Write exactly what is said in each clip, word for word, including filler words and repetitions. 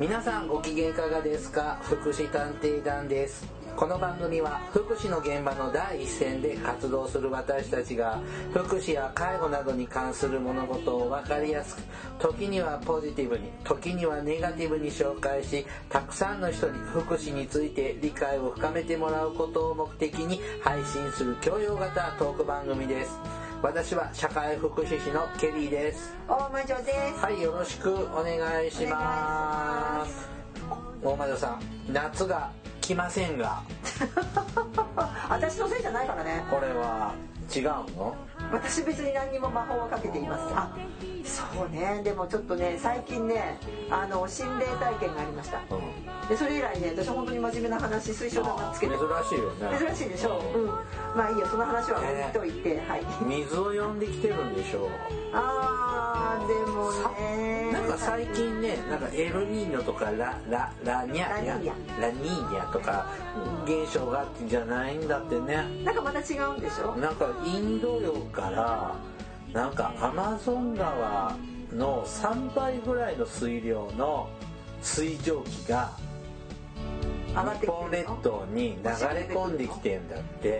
皆さんご機嫌いかがですか？福祉探偵団です。この番組は福祉の現場の第一線で活動する私たちが福祉や介護などに関する物事を分かりやすく、時にはポジティブに、時にはネガティブに紹介し、たくさんの人に福祉について理解を深めてもらうことを目的に配信する教養型トーク番組です。私は社会福祉士のケリーです。 大魔女です。 はい、よろしくお願いします。大魔女さん、夏が来ませんが私のせいじゃないからね。 これは違うの？ 私別に何にも魔法をかけています。あ、そうね。でもちょっとね、最近ね、あの心霊体験がありました、うん、でそれ以来ね、私は本当に真面目な話、推奨だなつけて。 珍しいよね。 珍しいでしょう、うん、まあいいよ、その話は置いといて、えー、はい。 水を呼んできてるんでしょう。 あー、でもね、 なんか最近ね、なんかエルニーニョとかラララニャラニーニャラニーニャとか現象があってんじゃないんだってね。 なんかまた違うんでしょ。 なんかインド洋からなんかアマゾン川のさんばいぐらいの水量の水蒸気が日本列島に流れ込んできてんだって。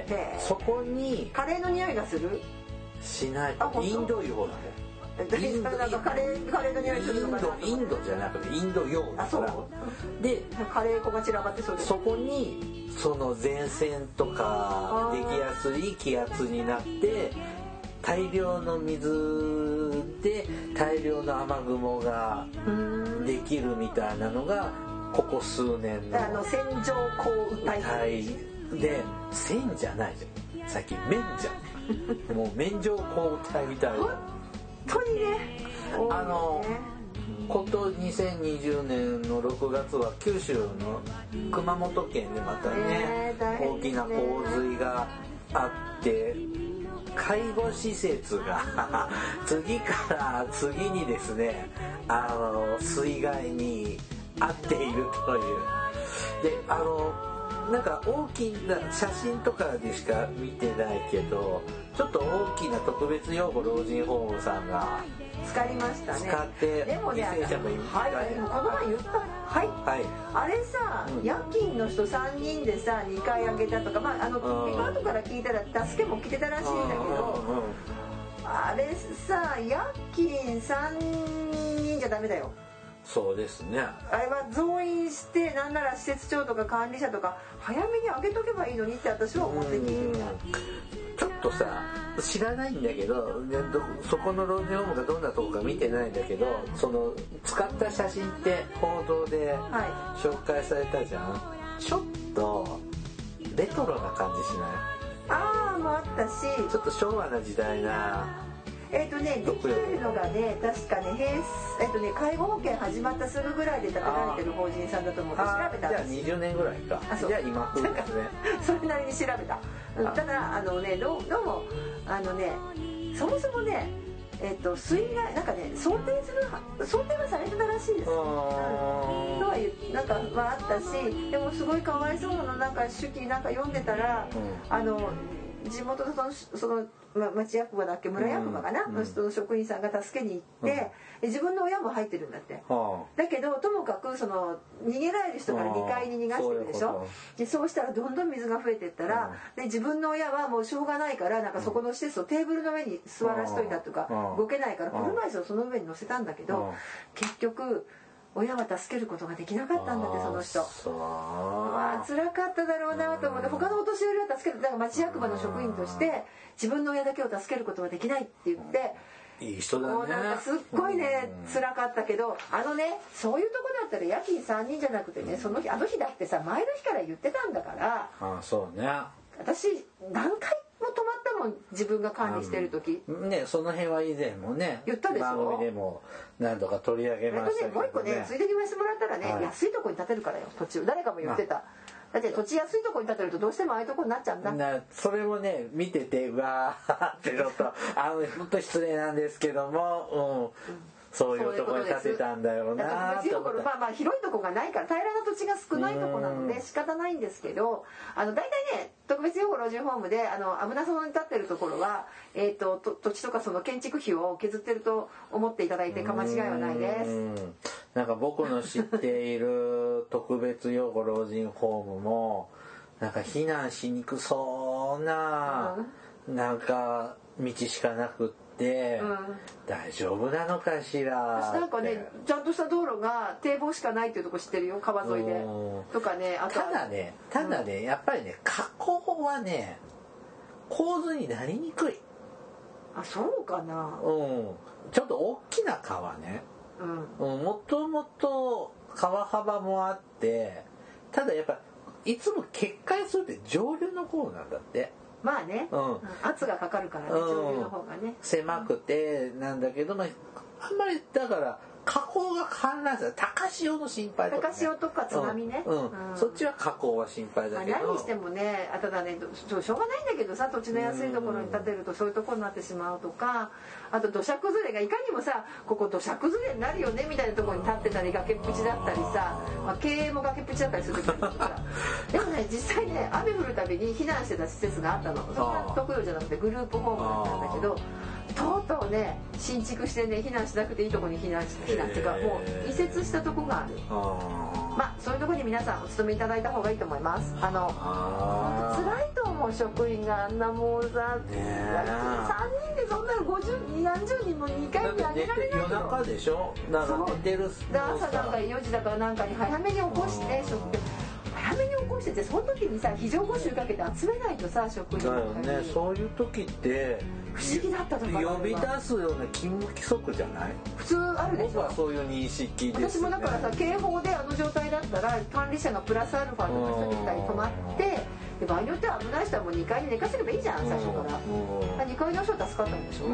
そこにカレーの匂いがする？ しない。インド洋だね。 インドなんかカレーカレーの匂いするのかな。 インドじゃなくてインド洋だから。でカレー粉が散らばってそうです。 そこにその前線とかできやすい気圧になって大量の水で大量の雨雲ができるみたいなのがここ数年のあの線状降雨帯で、線じゃないじゃん、さっき面じゃんもう面状降雨帯みたいな。 本当にね、 あのことにせんにじゅうねんのろくがつは九州の熊本県でまたね、えー、大きな洪水があって介護施設が次から次にですね、あの水害に遭っているという。で、あのなんか大きな写真とかでしか見てないけど、ちょっと大きな特別養護老人ホームさんが使いましたね。 使ってでもね、 犠牲者もいる。 はい、この前言ったはい、はい、あれさ、うん、夜勤の人さんにんでさにかいあげたとか、まああの今後から聞いたら助けも来てたらしいんだけど、あれさ夜勤さんにんじゃダメだよ。 そうですね。 あれは増員して、なんなら施設長とか管理者とか早めにあげとけばいいのにって私は思って聞いてた。ちょっとさ、知らないんだけど、ね、どそこの老人ホームがどんなとこか見てないんだけど、その使った写真って報道で紹介されたじゃん、はい、ちょっとレトロな感じしない？ ああ、もあったし、 ちょっと昭和な時代な。 えっ、ー、とね、できてるのがね、確かね、平えっ、ー、とね、介護保険始まったすぐぐらいで建てられてる法人さんだと思って調べたんです。 じゃあにじゅうねんぐらいか。あ、そう。じゃあ今風ですね。 それなりに調べた。ただあのね、どうどうもあのね、そもそもね、えっ、ー、と水害なんかね、想定する想定はされてたらしいです。とはいうなんかはあったし、でもすごいかわいそうなの、なんか手記なんか読んでたら、うん、あの地元のそのそのま、町役場だっけ、村役場かな、うん、の人の職員さんが助けに行って、うん、自分の親も入ってるんだって、はあ、だけどともかくその逃げられる人からにかいに逃がしてるでしょ、はあ、でそうしたらどんどん水が増えていったら、うん、で自分の親はもうしょうがないからなんかそこの施設のテーブルの上に座らしといたとか、はあ、動けないから車椅子をその上に乗せたんだけど、はあ、結局親は助けることができなかったんだって、その人。わあ、辛かっただろうなと思って、他のお年寄りは助ける、だから町役場の職員として自分の親だけを助けることができないって言って、 いい人だね。 もうなんかすっごいね、辛かったけど、あのね、そういうとこだったら夜勤さんにんじゃなくてね、その日あの日だってさ、前の日から言ってたんだから。 ああ、そうね。 私何回も泊まったもん、自分が管理してる時、 うん、ね、その辺は以前もね言ったでしょ、 番組でも何度か取り上げましたけどね。 もう一個ね、ついでに言わせてもらったらね、はい、安いとこに建てるからよ、土地を。誰かも言ってた。だって土地安いとこに建てるとどうしてもああいうとこになっちゃうんだ。 なそれもね見てて、うわーってちょっとあの本当失礼なんですけども、うん、そういうとこに建てたんだよなーって思った。まあまあ広いとこがないから平らな土地が少ないとこなので仕方ないんですけど、あの大体ね、特別養護老人ホームであの危なそうに立ってるところは、えー、とと土地とかその建築費を削ってると思っていただいて間違いはないです。 なんか僕の知っている特別養護老人ホームもなんか避難しにくそうな、うん、なんか道しかなくって、うん、大丈夫なのかしら。 私なんかねちゃんとした道路が堤防しかないっていうとこ知ってるよ、川沿いでとかね。あとただねただね、うん、やっぱりね河口はね洪水になりにくい。 あ、そうかな。 うん、ちょっと大きな川ね、うん、もともと川幅もあって、ただやっぱいつも決壊するって上流の方なんだって。 まあね、うん、圧がかかるからね、上流の方がね、 狭くてなんだけど、まあ、あんまりだから河口が氾濫する高潮の心配とか、ね、 高潮とか津波ね、 うんうんうん、そっちは河口は心配だけど、 まあ、何してもね、あただねしょうがないんだけどさ、土地の安いところに建てるとそういうところになってしまうとか、あと土砂崩れがいかにもさ、ここ土砂崩れになるよねみたいなところに建ってたり崖っぷちだったりさ、まあ、経営も崖っぷちだったりする時もあるからでもね実際ね雨降るたびに避難してた施設があったの。それは特養じゃなくてグループホームだったんだけど、とうとうね新築してね避難しなくていいところに避難して避難っていうかもう移設したとこがある。まあそういうところに皆さんお勤めいただいた方がいいと思います。あのあ辛いと思う、職員があんなもうさ、さんにんでそんなのごじゅう、何十人もにかいにあげられないよ。 夜中でしょ。だから寝てる朝なんかよじだからなんかに早めに起こして早めに起こしてて、その時にさ非常募集かけて集めないとさ、職員だよね。そういう時って不思議だったとか呼び出すような勤務規則じゃない？ 普通あるでしょ。 僕はそういう認識ですね。 私もだからさ、警報であの状態だったら管理者がプラスアルファとか一人二人泊まって、で場合によっては危ない人はもうにかいに寝かせればいいじゃん、最初から。にかいの人は助かったんでしょ、うんうん、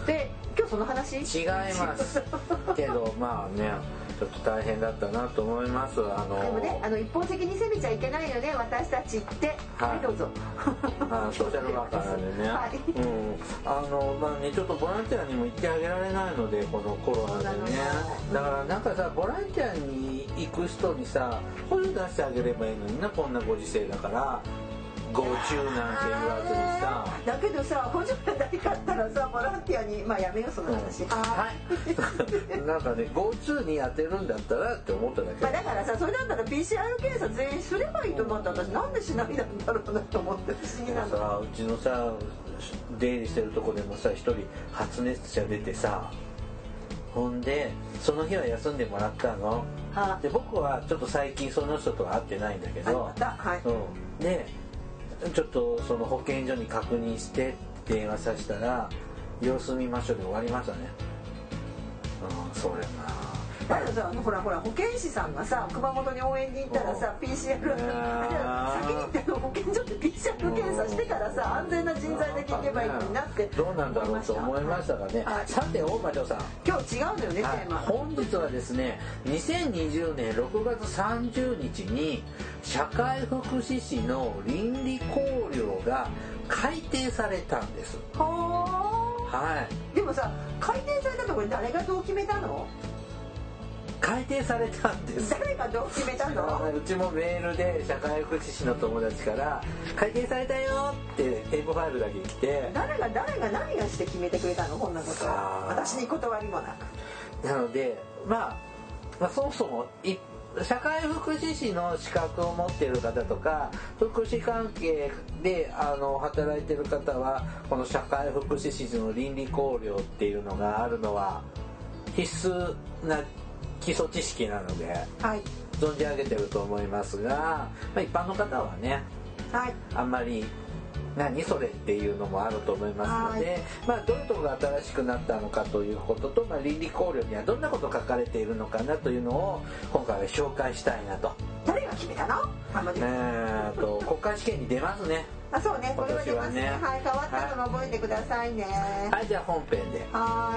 で今日その話違いますけどまあねちょっと大変だったなと思います。あのでもね、あの一方的に責めちゃいけないよね、私たちって。はい、はい、どうぞ。 あ、ソーシャルワーカーなんでね。はい、うん、あのまあねちょっとボランティアにも行ってあげられないので、このコロナでね。だからなんかさ、ボランティアに行く人にさ補助出してあげればいいのにな、こんなご時世だから。ご注なんて言わずにさ。 だけどさ、補助がないかったらさ、ボランティアにまあやめようその話、うん、 はいなんかね ゴーツー に当てるんだったらって思っただけ、 まあ、だからさ、それだったら ピーシーアール 検査全員すればいいと思った。私なんでしないんだろうなと思って不思議なの。 さ、うちのさ出入りしてるとこでもさ一人発熱者出てさ、ほんでその日は休んでもらったの。で僕はちょっと最近その人とは会ってないんだけど、 また、はい、 うん、でちょっとその保健所に確認してって電話させたら様子見ましょうで終わりましたね。うん、それなだからさ、ほらほら保健師さんがさ熊本に応援に行ったらさ ピーシーアール 先に行って保健所で ピーシーアール 検査してからさ安全な人材だけ行けばいいのになってどうなんだろうと思いましたがね、はい、さて大場長さん、 今日違うのよね、 はい、 テーマ。 本日はですねにせんにじゅうねんろくがつさんじゅうにちに社会福祉士の倫理綱領が改定されたんです。 ははい。 でもさ、改定されたところに誰がどう決めたの？ 改定されたんです。 誰がどう決めたの？ うちもメールで社会福祉士の友達から改定されたよって添付ファイルだけ来て、 誰が誰が何がして決めてくれたの、こんなことは。私に断りもなく。 なので、まあ、まあそもそも一社会福祉士の資格を持っている方とか福祉関係であの働いている方はこの社会福祉士の倫理綱領っていうのがあるのは必須な基礎知識なので、はい、存じ上げてると思いますが、まあ、一般の方はね、はい、あんまり何それっていうのもあると思いますので、はい、まあ、どういうところが新しくなったのかということと、まあ、倫理綱領にはどんなことが書かれているのかなというのを今回は紹介したいなと。 誰が決めたの？ えーと国家試験に出ますね。 あ、そうね、これは出ますね。はい、変わったの覚えてくださいね。 はい、はい、じゃあ本編で。 はい。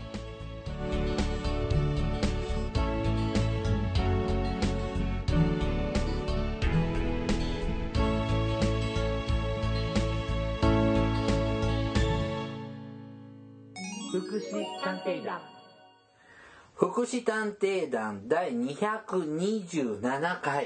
福祉探偵団福祉探偵団だいにひゃくにじゅうななかい、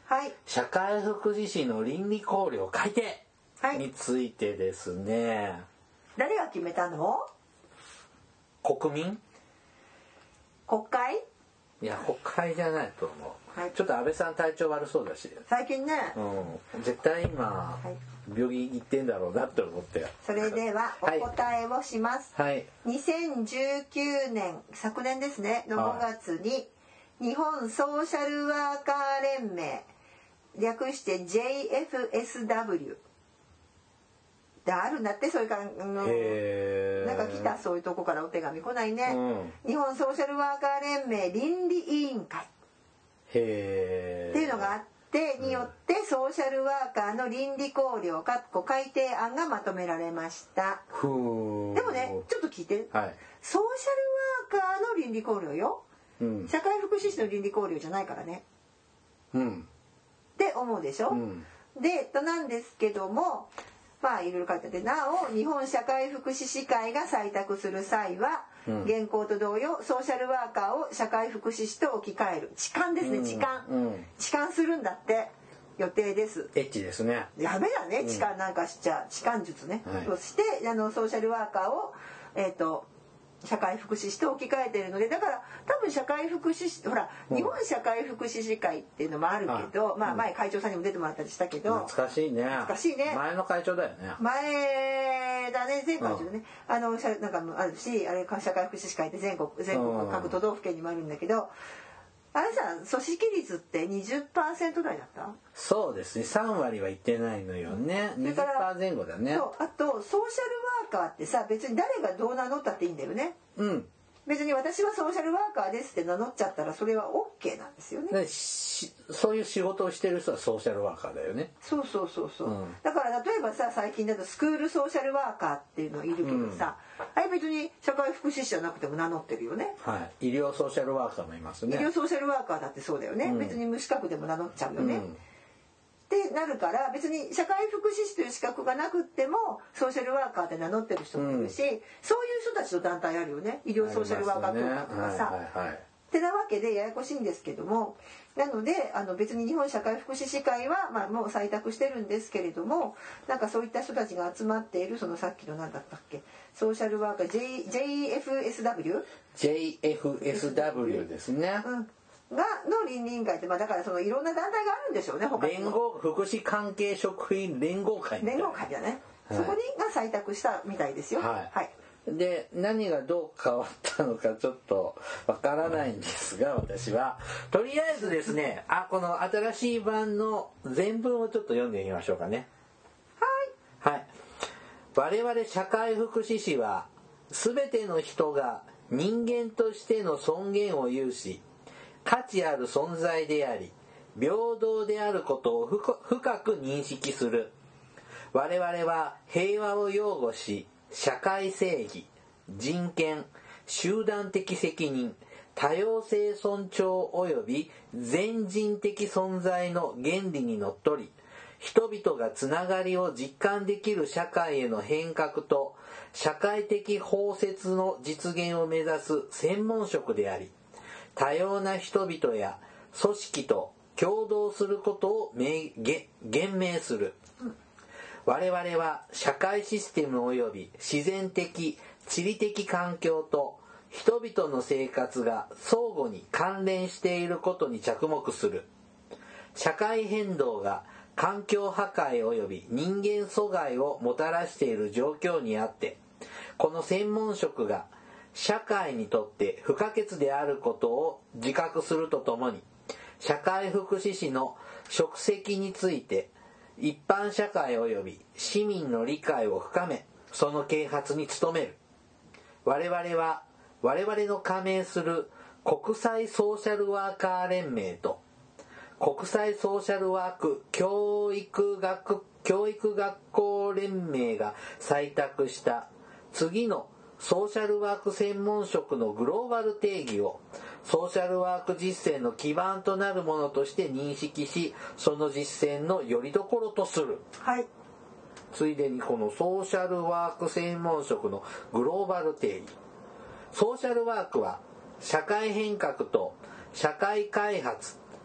はい、 社会福祉士の倫理考慮改定についてですね、はい、 誰が決めたの？ 国民？ 国会？ いや国会じゃないと思う、はい、ちょっと安倍さん体調悪そうだし最近ね、 うん、絶対今、はい、病院行ってんだろうなって思って。 それではお答えをします、 はい、 にせんじゅうきゅうねん昨年ですねのごがつに日本ソーシャルワーカー連盟略して ジェイエフエスダブリュー であるんだって。それからのなんか来たそういうとこからお手紙来ないね、うん、日本ソーシャルワーカー連盟倫理委員会へっていうのがあってによってソーシャルワーカーの倫理考慮改定案がまとめられました。 ふーでもねちょっと聞いて、 はい、 ソーシャルワーカーの倫理考慮よ、うん、社会福祉士の倫理考慮じゃないからね、 うん、 って思うでしょ、うん、でとなんですけどもまあいろいろ書いてあってなお日本社会福祉士会が採択する際は、うん、現行と同様ソーシャルワーカーを社会福祉士と置き換える痴漢ですね、うん、痴漢、うん、痴漢するんだって予定です。 エッチですね。 やめだね痴漢なんかしちゃ痴漢術ね、はい、そしてあのソーシャルワーカーをえっ、ー、と社会福祉士と置き換えているのでだから多分社会福祉士ほら、うん、日本社会福祉士会っていうのもあるけど、まあ前会長さんにも出てもらったりしたけど懐かしいね懐かしいね前の会長だよね前だね前会長でね、うん、あのなんかもあるしあれ社会福祉士会って全国全国各都道府県にもあるんだけどあれさ組織率って にじゅっパーセント 台だった？ そうですねさんわりはいってないのよね、うん、にじゅっパーセント 前後だね。 そうあとソーシャルワーカーってさ別に誰がどう名乗ったっていいんだよね。 うん別に私はソーシャルワーカーですって名乗っちゃったらそれは OK なんですよね。 そういう仕事をしてる人はソーシャルワーカーだよね。 そうそうそうそう、うん、だから例えばさ最近だとスクールソーシャルワーカーっていうのいるけどさ、うん、あれ別に社会福祉士じゃなくても名乗ってるよね。 はい、医療ソーシャルワーカーもいますね。 医療ソーシャルワーカーだってそうだよね、うん、別に無資格でも名乗っちゃうよね、うんってなるから別に社会福祉士という資格がなくってもソーシャルワーカーって名乗ってる人もいるし、うん、そういう人たちの団体あるよね医療ソーシャルワーカー協会とかさ、はいはいはい、ってなわけでややこしいんですけどもなのであの別に日本社会福祉士会は、まあ、もう採択してるんですけれどもなんかそういった人たちが集まっているそのさっきの何だったっけソーシャルワーカー J ジェイエフエスダブリュージェイエフエスダブリュー ですね、 うんがの倫理委員会って、まあ、だからそのいろんな団体があるんでしょうね他にも連合福祉関係職員連合会みたいな連合会だね、はい、そこにが採択したみたいですよ。 はい、はい、で何がどう変わったのかちょっとわからないんですが私はとりあえずですねあこの新しい版の全文をちょっと読んでみましょうかね。はい、はい、我々社会福祉士は全ての人が人間としての尊厳を有し価値ある存在であり平等であることを深く認識する。我々は平和を擁護し社会正義、人権、集団的責任、多様性尊重及び全人的存在の原理にのっとり人々がつながりを実感できる社会への変革と社会的包摂の実現を目指す専門職であり多様な人々や組織と共同することを明言明する。我々は社会システム及び自然的地理的環境と人々の生活が相互に関連していることに着目する。社会変動が環境破壊及び人間阻害をもたらしている状況にあってこの専門職が社会にとって不可欠であることを自覚するとともに社会福祉士の職責について一般社会及び市民の理解を深めその啓発に努める。我々は我々の加盟する国際ソーシャルワーカー連盟と国際ソーシャルワーク教育学教育学校連盟が採択した次のソーシャルワーク専門職のグローバル定義をソーシャルワーク実践の基盤となるものとして認識しその実践の拠り所とする。 はい。 ついでにこのソーシャルワーク専門職のグローバル定義。ソーシャルワークは社会変革と社会開発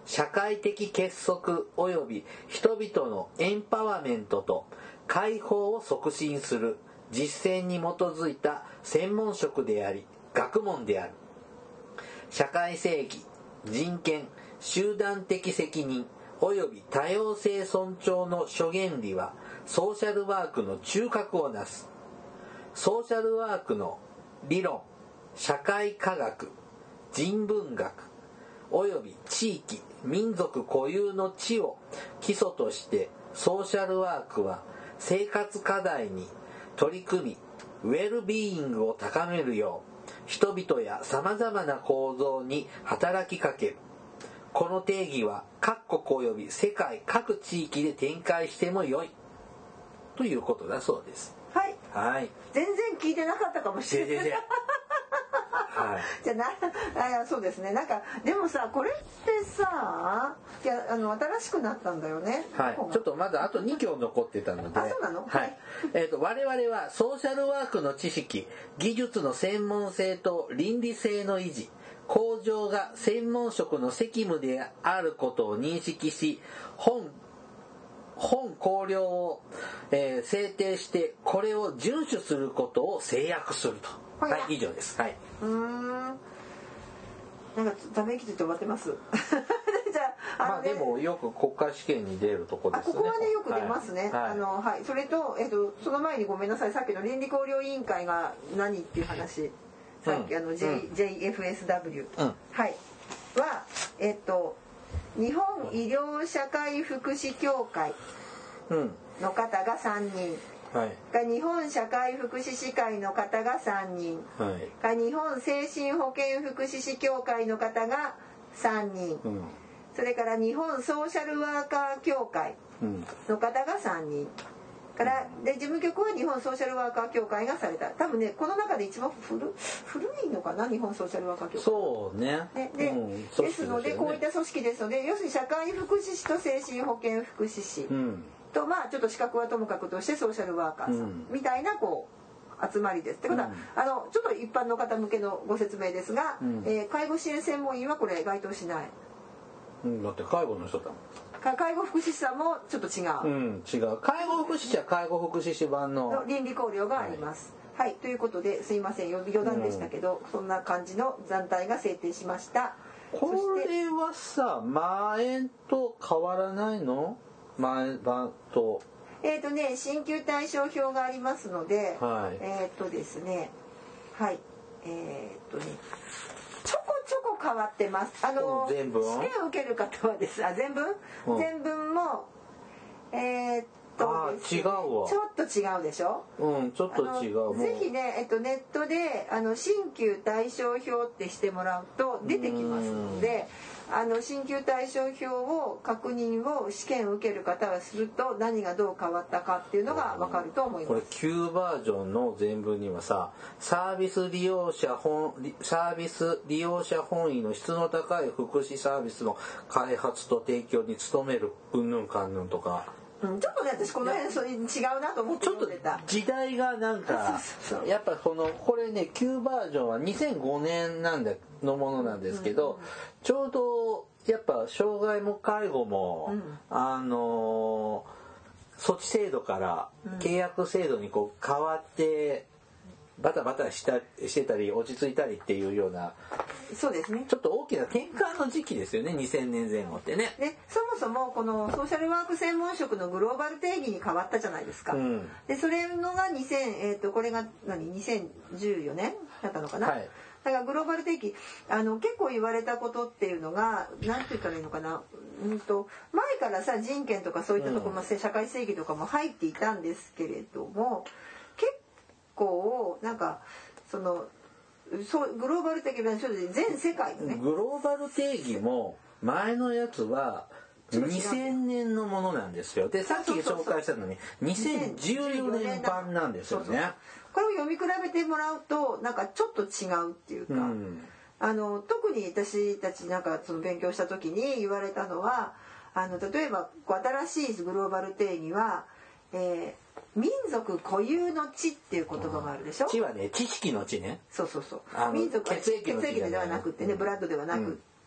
社会的結束及び人々のエンパワーメントと解放を促進する実践に基づいた専門職であり学問である。社会正義、人権、集団的責任及び多様性尊重の諸原理はソーシャルワークの中核をなす。ソーシャルワークの理論、社会科学、人文学及び地域、民族固有の知を基礎としてソーシャルワークは生活課題に取り組み、ウェルビーイングを高めるよう人々や様々な構造に働きかける。この定義は各国及び世界各地域で展開してもよいということだそうです。 はい。 はい。 全然聞いてなかったかもしれない。はい、じゃあなあそうですね。なんかでもさこれってさいやあの新しくなったんだよね。 はい。ちょっとまだあとに行残ってたので。 あそうなの？ はい。えっと我々はソーシャルワークの知識、技術の専門性と倫理性の維持、向上が専門職の責務であることを認識し、本本綱領を、えー、制定してこれを遵守することを制約すると。はい、はい、以上です。はい。 うーん。なんかため息ついて終わってます。じゃあ、あのね、 まあでもよく国家試験に出るとこですね。 あここはねよく出ますね。 はい、 あのはい。それとえっとその前にごめんなさい。さっきの倫理考慮委員会が何っていう話。さっきあの J、うん、ジェイエフエスダブリュー、うん、はいはえっと日本医療社会福祉協会の方がさんにん。はい、が日本社会福祉士会の方がさんにん、はい、が日本精神保健福祉士協会の方がさんにん、うん、それから日本ソーシャルワーカー協会の方がさんにんからで事務局は日本ソーシャルワーカー協会がされた。多分ねこの中で一番古古いのかな日本ソーシャルワーカー協会。 そうね。 ねで、うん、ですので、ね、こういった組織ですので要するに社会福祉士と精神保健福祉士。うんとまあちょっと資格はともかくとしてソーシャルワーカーさんみたいなこう集まりです。ってことは、うん、あのちょっと一般の方向けのご説明ですが、うんえー、介護支援専門員はこれ該当しない。 うん、だって介護の人だもん。 介護福祉士さんもちょっと違う。 うん、違う。介護福祉士は介護福祉士版のの倫理考慮があります。はい、はい、ということですいません余談でしたけど、うん、そんな感じの団体が制定しました。 これはさ前と変わらないの？前版とえっ、ー、とね進級対象表がありますので、はい、えっ、ー、とですねはいえっ、ー、とねちょこちょこ変わってます。あの全文試験を受ける方はですあ全文、うん、全文もえっとです、ね、 あ違うわちょっと違うでしょ。 うんちょっと違う。 ぜひね、えっと、ネットであの新旧対象表ってしてもらうと出てきますのであの新旧対象表を確認を試験を受ける方はすると何がどう変わったかっていうのが分かると思います。 これ旧バージョンの全文にはさサービス利用者本サービス利用者本位の質の高い福祉サービスの開発と提供に努めるうんぬんかんぬんとか。 うん、ちょっとね私この辺それ違うなと思って読んでた。 ちょっと時代がなんかやっぱこのこれね旧バージョンはにせんごねんなんだのものなんですけど、うんうん、ちょうどやっぱ障害も介護も、うん、あの措置制度から契約制度にこう変わってバタバタしたしてたり落ち着いたりっていうようなそうですねちょっと大きな転換の時期ですよねにせんねんぜん後ってね。 でそもそもこのソーシャルワーク専門職のグローバル定義に変わったじゃないですか。うん、でそれのがにせん、えー、とこれが何にせんじゅうよねんだったのかな。はい、だからグローバル定義あの結構言われたことっていうのが何て言ったらいいのかな、うんと前からさ人権とかそういったところ、うん、社会正義とかも入っていたんですけれども結構なんかそのそうグローバル的な全世界のねグローバル定義も前のやつはにせんねんのものなんですよ。でさっき紹介したのににせんじゅうよねん版なんですよね。そうそうこれを読み比べてもらうとなんかちょっと違うっていうか、うん、あの特に私たちなんかその勉強した時に言われたのはあの例えば新しいグローバル定義は、えー民族固有の知っていう言葉があるでしょ。 知はね知識の知ね。 そうそうそう。民族は血液ではなくてねブラッドではなく、うん、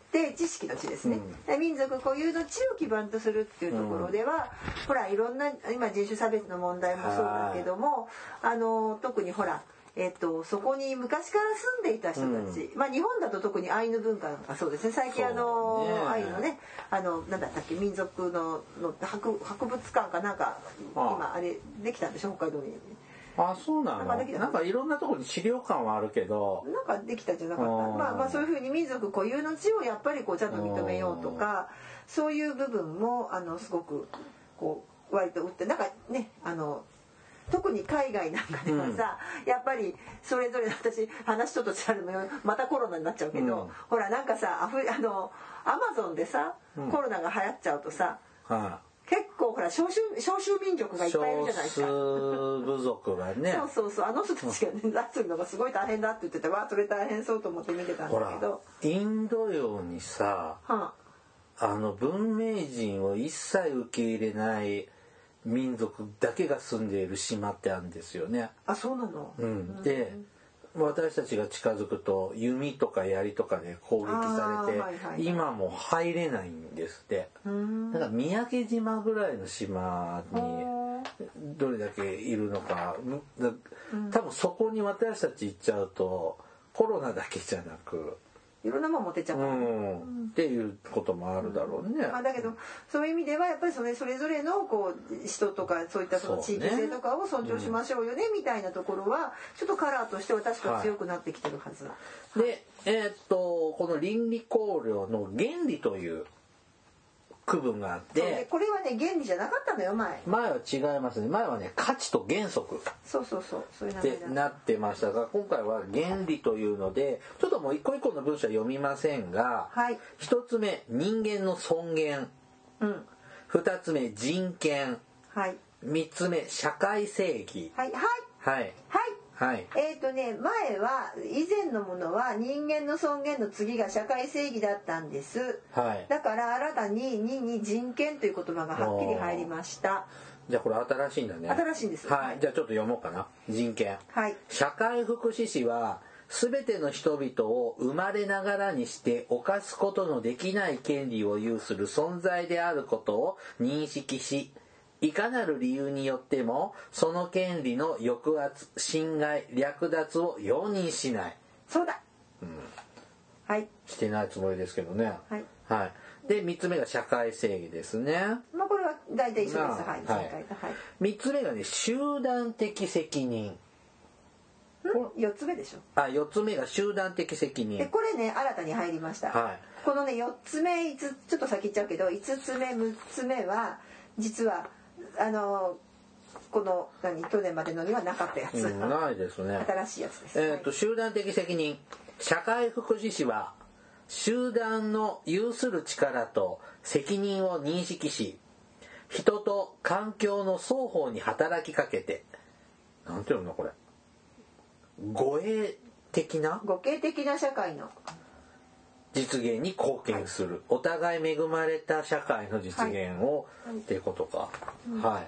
で知識の知ですね、うん、民族固有の知を基盤とするっていうところでは、うん、ほらいろんな今人種差別の問題もそうだけども、あの特にほらえっと、そこに昔から住んでいた人たち、うん、まあ日本だと特にアイヌ文化がそうですね、最近あの、ね、アイヌのね、あのなんだったっけ、民族のの 博, 博物館かなんか今あれできたんでしょ、北海道に。 あ、そうなの。なんか、なんかいろんなところに資料館はあるけどなんかできたんじゃなかった。まあまあそういうふうに民族固有の地をやっぱりこうちゃんと認めようとか、そういう部分もあのすごくこう割と打って、なんかね、あの特に海外なんかではさ、うん、やっぱりそれぞれ私話ちょっと違うのよ、またコロナになっちゃうけど、うん、ほらなんかさアフあのアマゾンでさ、うん、コロナが流行っちゃうとさ、はあ、結構ほら少数少数民族がいっぱいいるじゃないですか。 少数部族がねそうそうそう、あの人たちがね出すのがすごい大変だって言ってて、わあそれ大変そうと思って見てたんだけど、 インド洋にさ、はあ、あの文明人を一切受け入れない民族だけが住んでいる島ってあるんですよね。 あ、そうなの。 うん、で、私たちが近づくと弓とか槍とかで攻撃されて、はいはい、今も入れないんですって。だから三宅島ぐらいの島にどれだけいるのか、多分そこに私たち行っちゃうとコロナだけじゃなく。 いろんなもん持ってっちゃうから、ね、 うん、っていうこともあるだろうね。 うん、まあ、だけどそういう意味ではやっぱりそれそれぞれのこう人とかそういったその地域性とかを尊重しましょうよね、みたいなところはちょっとカラーとしては確か強くなってきてるはず。はい、 で、えー、っとこの倫理考慮の原理という区分があって、 これはね原理じゃなかったのよ前。 前は違いますね。前はね価値と原則。 そうそうそう、そういう名前だってなってましたが、今回は原理というので、ちょっともう一個一個の文章は読みませんが、はい、一つ目人間の尊厳、うん、二つ目人権、はい、三つ目社会正義、 はいはいはいはいはい、 えっとね前は以前のものは人間の尊厳の次が社会正義だったんです、はい、だから新たににに人権という言葉がはっきり入りました。 じゃあこれ新しいんだね。 新しいんです。 はい、じゃあちょっと読もうかな。人権、はい、社会福祉士は全ての人々を生まれながらにして犯すことのできない権利を有する存在であることを認識し、いかなる理由によってもその権利の抑圧、侵害、略奪を容認しない。 そうだ、うん、はい、 してないつもりですけどね。はい、はい、でみっつめが社会正義ですね。 まあこれは大体一緒です。はい、はい、はい、 みっつめがね集団的責任。 よっつめでしょ。 あ、よっつめが集団的責任。 でこれね新たに入りました。はい、このねよっつめ、ちょっと先言っちゃうけどいつつめむっつめは実はあのこの何去年までのにはなかったやつ、 うん、ないですね。 新しいやつです。 えーと、集団的責任。社会福祉士は集団の有する力と責任を認識し、人と環境の双方に働きかけて、なんていうのこれ、互恵的な互恵的な社会の実現に貢献する、はい、お互い恵まれた社会の実現を、はい、っていうことか、うん、はい。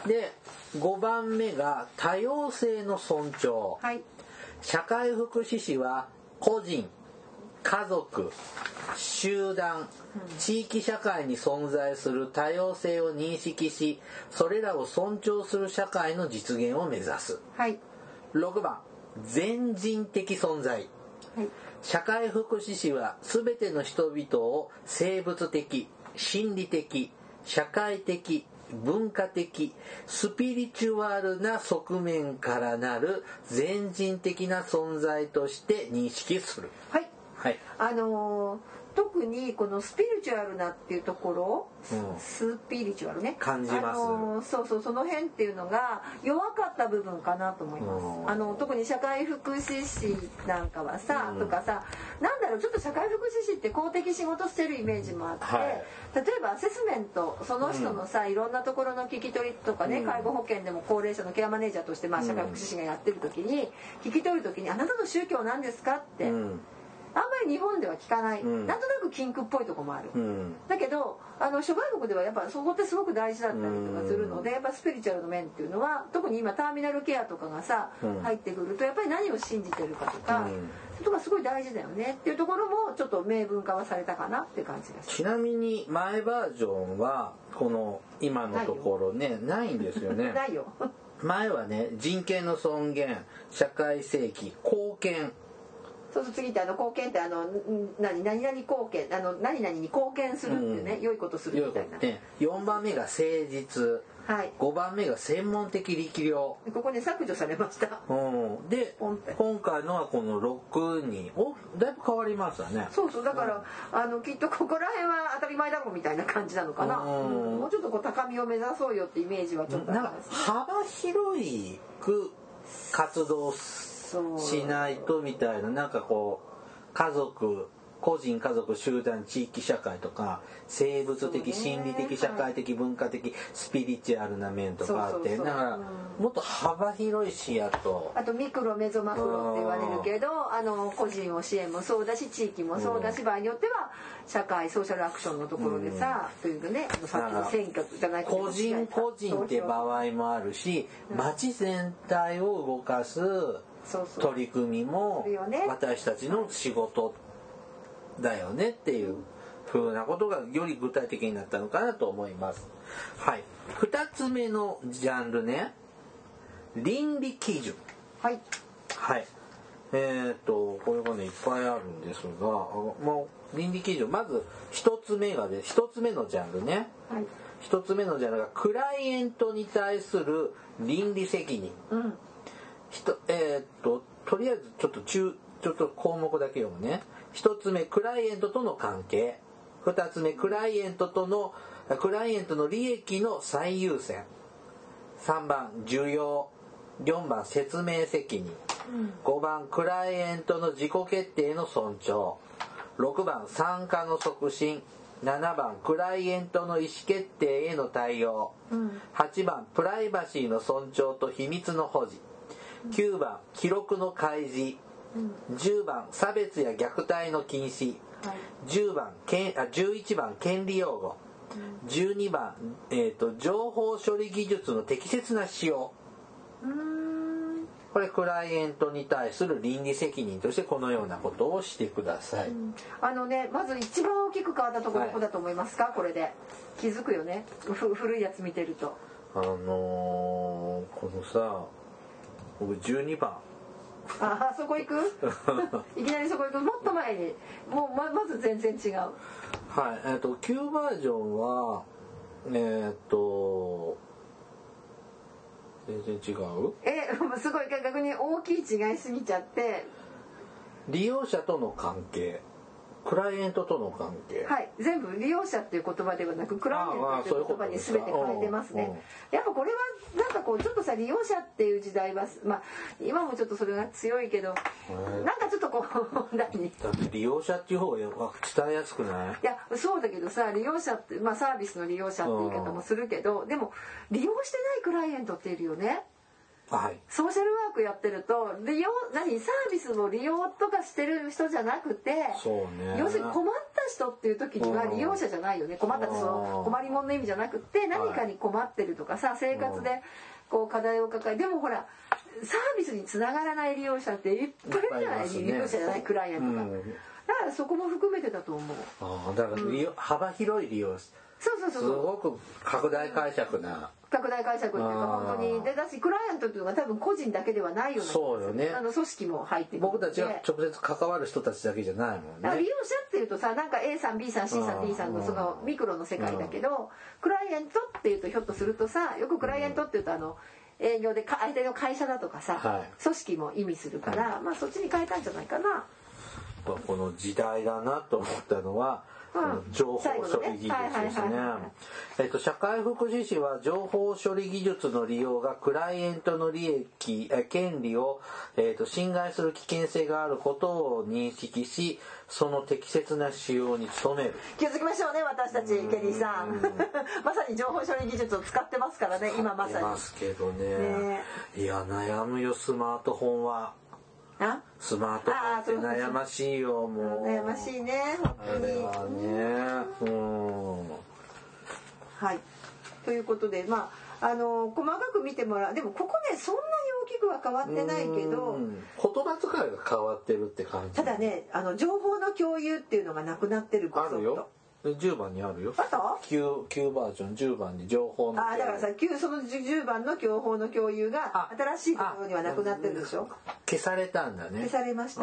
でごばんめが多様性の尊重、はい、社会福祉士は個人、家族、集団、地域社会に存在する多様性を認識し、それらを尊重する社会の実現を目指す、はい、ろくばん全人的存在、はい、社会福祉士は全ての人々を生物的、心理的、社会的、文化的、スピリチュアルな側面からなる全人的な存在として認識する。 はい。はい。あのー特にこのスピリチュアルなっていうところ、うん、スピリチュアルね感じます、あのそうそう、その辺っていうのが弱かった部分かなと思います、うん、あの特に社会福祉士なんかはさ、うん、とかさ、なんだろう、ちょっと社会福祉士って公的仕事してるイメージもあって、はい、例えばアセスメント、その人のさ、うん、いろんなところの聞き取りとかね、うん、介護保険でも高齢者のケアマネージャーとして、まあ、社会福祉士がやってる時に、聞き取る時にあなたの宗教なんですかって、うんあんまり日本では聞かない、 うん、 なんとなく禁句っぽいとこもある、 うん、 だけどあの諸外国ではやっぱそこってすごく大事だったりとかするので、やっぱスピリチュアルの面っていうのは特に今ターミナルケアとかがさ、うん、入ってくるとやっぱり何を信じてるかとか、うん、そういうとこがすごい大事だよねっていうところもちょっと明文化はされたかなっていう感じがする。 ちなみに前バージョンはこの今のところねないんですよね。 ないよ前はね人権の尊厳、社会正義、貢献。 そうそう次ってあの貢献ってあの何何々貢献あの何々に貢献するっていうね、うん、良いことするみたいな。 ね、よんばんめが誠実、はい、ごばんめが専門的力量。 ここね削除されました。 うん、で今回のはこのろくにおだいぶ変わりましたね。 そうそうだから、うん、あのきっとここら辺は当たり前だろうみたいな感じなのかな。うん、もうちょっとこう高みを目指そうよってイメージはちょっとあったんですね。 幅広く活動しないとみたいな、なんかこう家族個人家族集団地域社会とか生物的心理的社会的文化的スピリチュアルな面とかあって、だからもっと幅広い視野と、 あとミクロメゾマクロって言われるけど、あの個人を支援もそうだし地域もそうだし、場合によっては社会ソーシャルアクションのところでさ、というかねさっきの選挙じゃない個人個人って場合もあるし、町全体を動かす取り組みも私たちの仕事だよねっていう風なことがより具体的になったのかなと思います。はい。二つ目のジャンルね、倫理基準。 はい。 はい。えっとこれがねいっぱいあるんですが、もう倫理基準まず一つ目がで一つ目のジャンルね。はい。一つ目のジャンルがクライエントに対する倫理責任。うん。ひとえっととりあえずちょっと中ちょっと項目だけ読むね。一つ目クライエントとの関係、二つ目クライエントとのクライエントの利益の最優先、三番需要、四番説明責任、五番クライエントの自己決定の尊重、六番参加の促進、七番クライエントの意思決定への対応、八番プライバシーの尊重と秘密の保持、九番記録の開示、じゅうばん差別や虐待の禁止、はい、じゅうばんけんあじゅういちばん権利擁護、うん、じゅうにばん、えーと、情報処理技術の適切な使用。うーんこれクライエントに対する倫理責任としてこのようなことをしてください。うん、 あのねまず一番大きく変わったところどこだと思いますか、はい、これで気づくよねふ古いやつ見てると。 あのー、このさ僕じゅうにばんああそこ行くいきなりそこ行くもっと前にもう ま, まず全然違う。 はいえっ、ー、と旧バージョンはえっ、ー、と全然違うえすごい逆に大きい違いすぎちゃって利用者との関係クライエントとの関係はい全部利用者っていう言葉ではなくクライエントっていう言葉に全て変えてますね。やっぱこれはなんかこうちょっとさ利用者っていう時代はまあ今もちょっとそれが強いけどなんかちょっとこう何だって利用者っていう方が伝えやすくない？ いやそうだけどさ利用者ってまあサービスの利用者って言い方もするけどでも利用してないクライエントっているよね。はい、ソーシャルワークやってると利用何サービスを利用とかしてる人じゃなくてそう、ね、要するに困った人っていう時には利用者じゃないよね。困ったってその困りもんの意味じゃなくて何かに困ってるとかさ生活でこう課題を抱えでもほらサービスにつながらない利用者っていっぱいいるじゃない、ね、利用者じゃないクライアントが、うん、だからそこも含めてだと思う。 あだから利用、うん、幅広い利用そうそうそうすごく拡大解釈な拡大解釈っていうか本当にでだしクライアントっていうのが多分個人だけではないようなそうよねあの組織も入ってくる僕たちが直接関わる人たちだけじゃないもんね。 利用者っていうとさなんか A さん B さん C さん D さんのそのミクロの世界だけどクライアントっていうとひょっとするとさよくクライアントっていうとあの営業で相手の会社だとかさ、はい、組織も意味するから、まあそっちに変えたんじゃないかな。 この時代だなと思ったのはうん、情報処理技術ですね。えっと社会福祉士は情報処理技術の利用がクライエントの利益、え権利を、えっと侵害する危険性があることを認識し、その適切な使用に努める。 気づきましょうね私たちケリーさん。まさに情報処理技術を使ってますからね今まさに。 使ってますけどね。ねいや悩むよスマートフォンは。 スマートフォンって悩ましいよ、もう。 悩ましいね、本当に。 あれはね、うん。 はい。ということで、まあ、あの、細かく見てもらう。でも、ここね、そんなに大きくは変わってないけど、 言葉遣いが変わってるって感じ。 ただね、あの、情報の共有っていうのがなくなってる。 あるよ。じゅうばんにあるよ。 あった 9, 9バージョンじゅうばんに情報の共有。 あ、だからさ、そのじゅうばんの情報の共有が新しいところにはなくなってるでしょ。 消されたんだね。 消されました。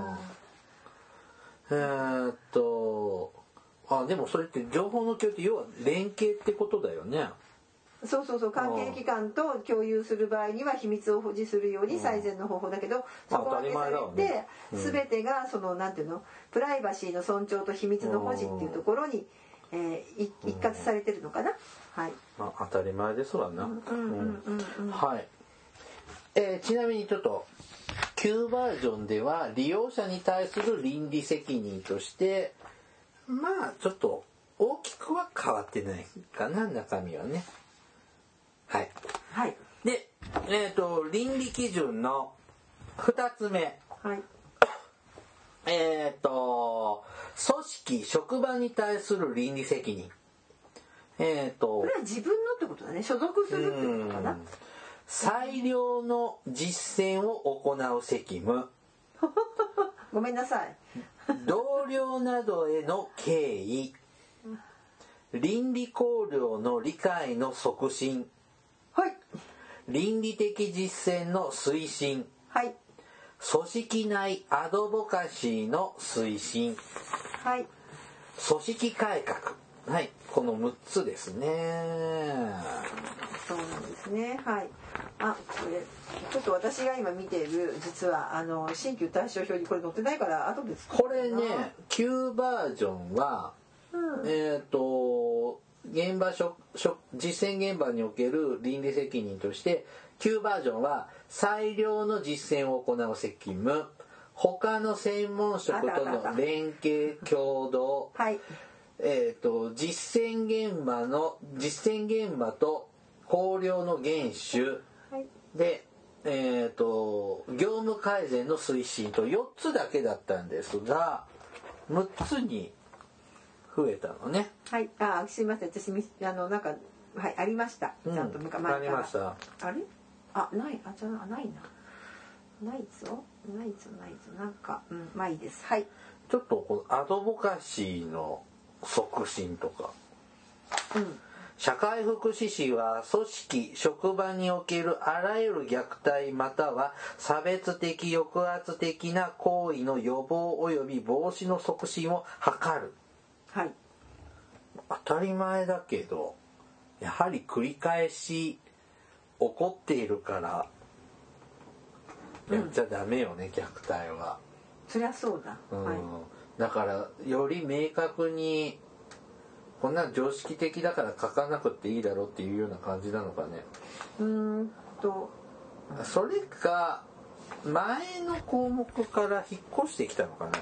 えーっとあ、でもそれって情報の共有って要は連携ってことだよね。 そうそうそう、関係機関と共有する場合には秘密を保持するように最善の方法だけど、そこは消されて、全てがそのなんていうの、プライバシーの尊重と秘密の保持っていうところに、えー、一括されてるのかな。はい。 まあ当たり前ですわな。はい。えー、ちなみにちょっと旧バージョンでは利用者に対する倫理責任としてまあちょっと大きくは変わってないかな、中身はね。はい。 はい。 で、えっと、倫理基準のふたつめ。 はい。 えっと、組織、職場に対する倫理責任。えっと、 これは自分のってことだね。所属するってことかな。 最良の実践を行う責務。 ごめんなさい。 同僚などへの敬意。倫理考慮の理解の促進。 はい。 倫理的実践の推進。 はい。 組織内アドボカシーの推進。 はい。 組織改革。はい。このむっつですね。 そうなんですね。はい。あ、これちょっと私が今見ている実はあの新旧対象表にこれ載ってないから後でこれね、旧バージョンは、うん、えっと現場職実践現場における倫理責任として旧バージョンは最良の実践を行う責務、他の専門職との連携協働、 はい、 えっと実践現場の実践現場と綱領の厳守、はい、で、えっと業務改善の推進とよっつだけだったんですがむっつに増えたのね。 はい、あ、すいません、私あのなんかはいありました。ちゃんと前から、 うん、ありました。 あれ？あ、ない、あ、じゃあないな。ないぞ、ないぞ、ないぞ、なんか、うん、まあいいです。はい。 ちょっとこのアドボカシーの促進とか。 うん。 社会福祉士は組織職場におけるあらゆる虐待または差別的抑圧的な行為の予防及び防止の促進を図る。 はい。 当たり前だけどやはり繰り返し起こっているからやっちゃダメよね、うん、虐待は。 そりゃそうだ、 うん、 はい、 だからより明確にこんな常識的だから書かなくていいだろうっていうような感じなのかね。 うーんとそれか前の項目から引っ越してきたのかな。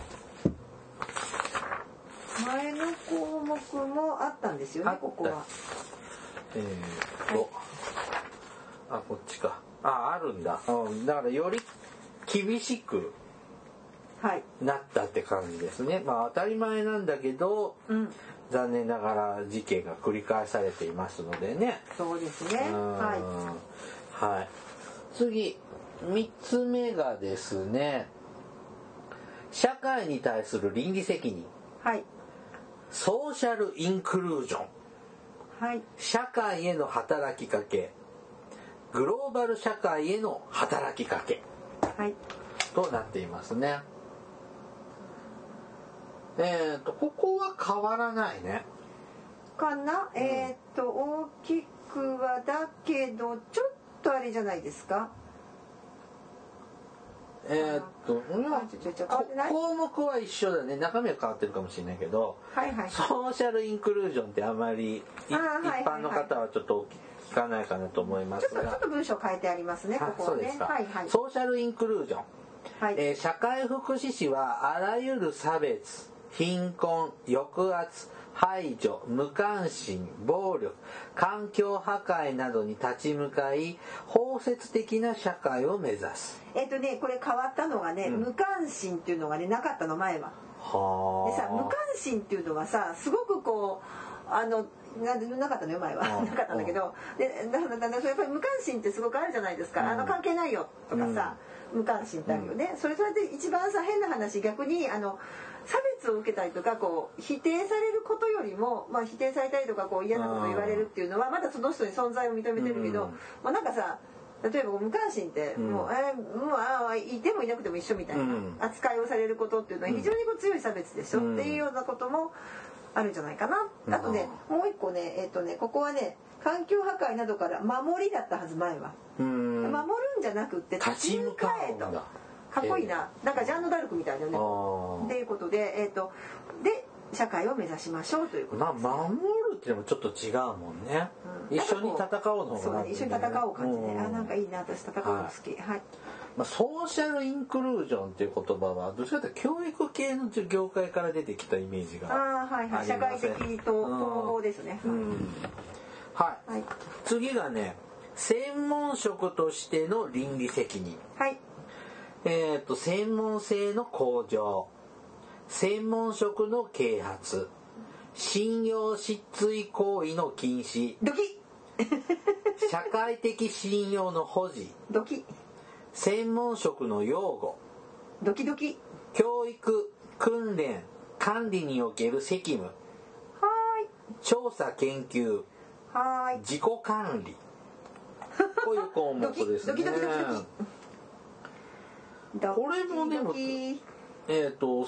前の項目もあったんですよね、ここは。 えー、っと、はい、あ、こっちか。あ、あるんだ。うん、だからより厳しくなったって感じですね。はい、まあ当たり前なんだけど、うん、残念ながら事件が繰り返されていますのでね。 そうですね。はい。はい。次、三つ目がですね、社会に対する倫理責任。 はい。 ソーシャルインクルージョン、 はい、 社会への働きかけ、グローバル社会への働きかけ、 はい、 となっていますね。えーとここは変わらないね。 かな、うん、えーと大きくはだけどちょっとあれじゃないですか。 えー、っと項目は一緒だね。中身は変わってるかもしれないけど、 はいはい、 ソーシャルインクルージョンってあまり一般の方はちょっと聞かないかなと思いますが、 ちょっとちょっと文章変えてありますね、ここはね。 そうですか、 はいはい、 ソーシャルインクルージョン、 はい、 えー、社会福祉士はあらゆる差別、貧困、抑圧、 排除、無関心、暴力、環境破壊などに立ち向かい包摂的な社会を目指す。 えっとねこれ変わったのがね、うん、無関心っていうのがねなかったの前は。 はでさ無関心っていうのはさすごくこうあのな, なかったのよ前はなかったんだけどでだだだやっぱり無関心ってすごくあるじゃないですか、うん、あの関係ないよとかさ、うん、無関心ってあるよね、うん、それそれで一番さ変な話逆にあの差別を受けたりとかこう否定されることよりも、まあ、否定されたりとかこう嫌なことを言われるっていうのはまだその人に存在を認めてるけど、うん、まあ、なんかさ例えば無関心ってもう、うん、えー、もうあいてもいなくても一緒みたいな扱いをされることっていうのは非常にこう強い差別でしょ、うん、っていうようなこともあるんじゃないかな。あとねもう一個ねえっとねここはね環境破壊などから守りだったはず前は。うん、守るんじゃなくって立ち向かえと。かっこいいな、なんかジャンヌ・ダルクみたいなね。っていうことでえっとで社会を目指しましょうということです、ね。 まあ守るっていうのもちょっと違うもんね。うん、一緒に戦おうの方が、ね、 そうね、一緒に戦おう感じね。あなんかいいな私戦うの好き。はい。はい、 まあ、ソーシャルインクルージョンっていう言葉はどちらかというと教育系の業界から出てきたイメージがあります。あはいはい、社会的と統合ですね。うんうん、 はい、はい。次がね専門職としての倫理責任。はい。えっと専門性の向上、専門職の啓発、信用失墜行為の禁止、 ドキ社会的信用の保持、 ドキ専門職の擁護、 ドキドキ教育、訓練、管理における責務、はーい、調査研究、 はーい、 自己管理、こういう項目ですね。 ドキドキドキドキドキ、 これもでもえっと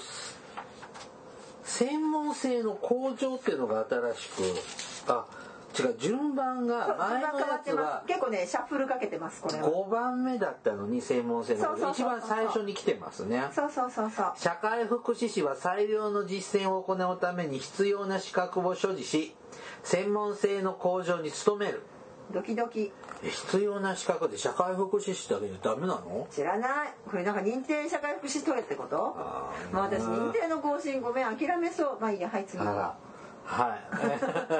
専門性の向上っていうのが新しくあ違う順番が前のやつは結構ねシャッフルかけてますこれはごばんめだったのに専門性の一番最初に来てますね。 そうそうそうそう。 社会福祉士は最良の実践を行うために必要な資格を所持し専門性の向上に努める。 ドキドキ。 必要な資格で社会福祉士だけでダメなの？ 知らない。これなんか認定社会福祉士取れってこと？あまあ私認定の更新ごめん諦めそう。まあいいやはい次。 あはい。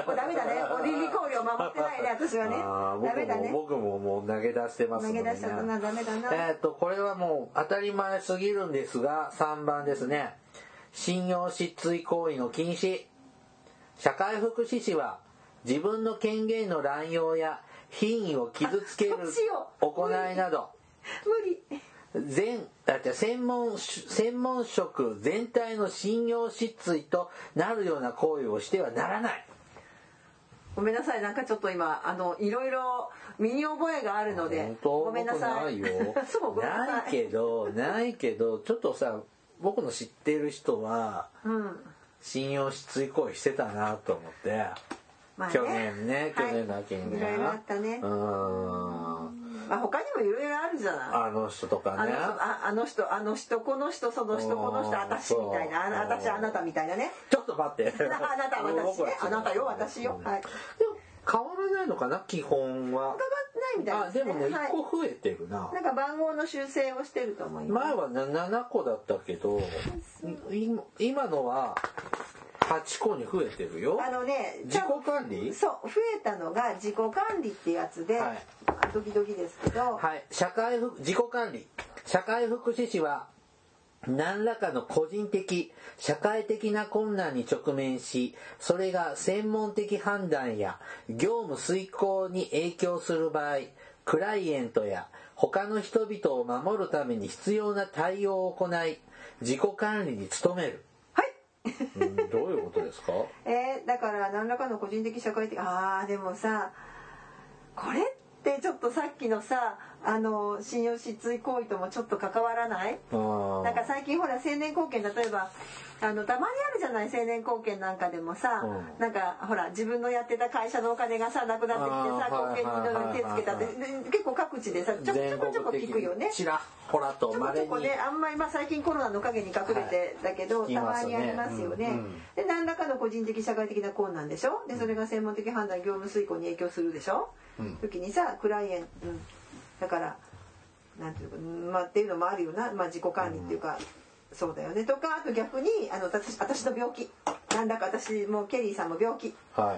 これダメだね。倫理考慮を守ってないね私はね。ダメだね。 僕ももう投げ出してますもんね。 投げ出しちゃったなダメだな。 えっとこれはもう当たり前すぎるんですがさんばんですね。信用失墜行為の禁止。社会福祉士は自分の権限の乱用や品位を傷つける行いなど無理全あじゃ専門専門職全体の信用失墜となるような行為をしてはならない。 ごめんなさいなんかちょっと今あのいろいろ身に覚えがあるのでごめんなさい。 ないよそうごめんなさい。 ないけどないけどちょっとさ僕の知っている人は、うん、信用失墜行為してたなと思って。まあね、去年ね、去年の秋にね、 はい、いろいろあったね。うん。まあ他にもいろいろあるじゃない。 あの人とかね。 あの人、あの人、この人、その人、この人、私みたいな、あ私あなたみたいなね。 ちょっと待って。 あなた私ね、あなたよ私よ。はい。 でも変わらないのかな基本は。変わらないみたいですね。 あでもね一個増えてるな。 なんか番号の修正をしてると思います。 前はななこだったけど、今のは。はちこに増えてるよ。 あのね、 自己管理？ そう、増えたのが自己管理ってやつで、はい、ドキドキですけど、 はい、社会自己管理。社会福祉士は何らかの個人的、社会的な困難に直面し、それが専門的判断や業務遂行に影響する場合、クライエントや他の人々を守るために必要な対応を行い、自己管理に努める。うん、どういうことですか？ えー、だから何らかの個人的社会的ああでもさこれってちょっとさっきのさあの信用失墜行為ともちょっと関わらない？なんか最近ほら青年貢献例えばあのたまにあるじゃない青年貢献なんかでもさ、うん、なんかほら自分のやってた会社のお金がさなくなってきてさ貢献に手つけたって結構各地でさちょちょこちょこ聞くよね。 ちらほらとまれにちょこちょこねあんまりまあ最近コロナの陰に隠れてだけど、はい、たまにありますよね。うんうん、で何らかの個人的社会的な困難でしょ。でそれが専門的判断業務遂行に影響するでしょ。うん、時にさクライエント、うん、だからなんていうかまあっていうのもあるよな、まあ、自己管理っていうか、うん、そうだよねとかあと逆にあの私私の病気なんだか私もケリーさんも病気、はい、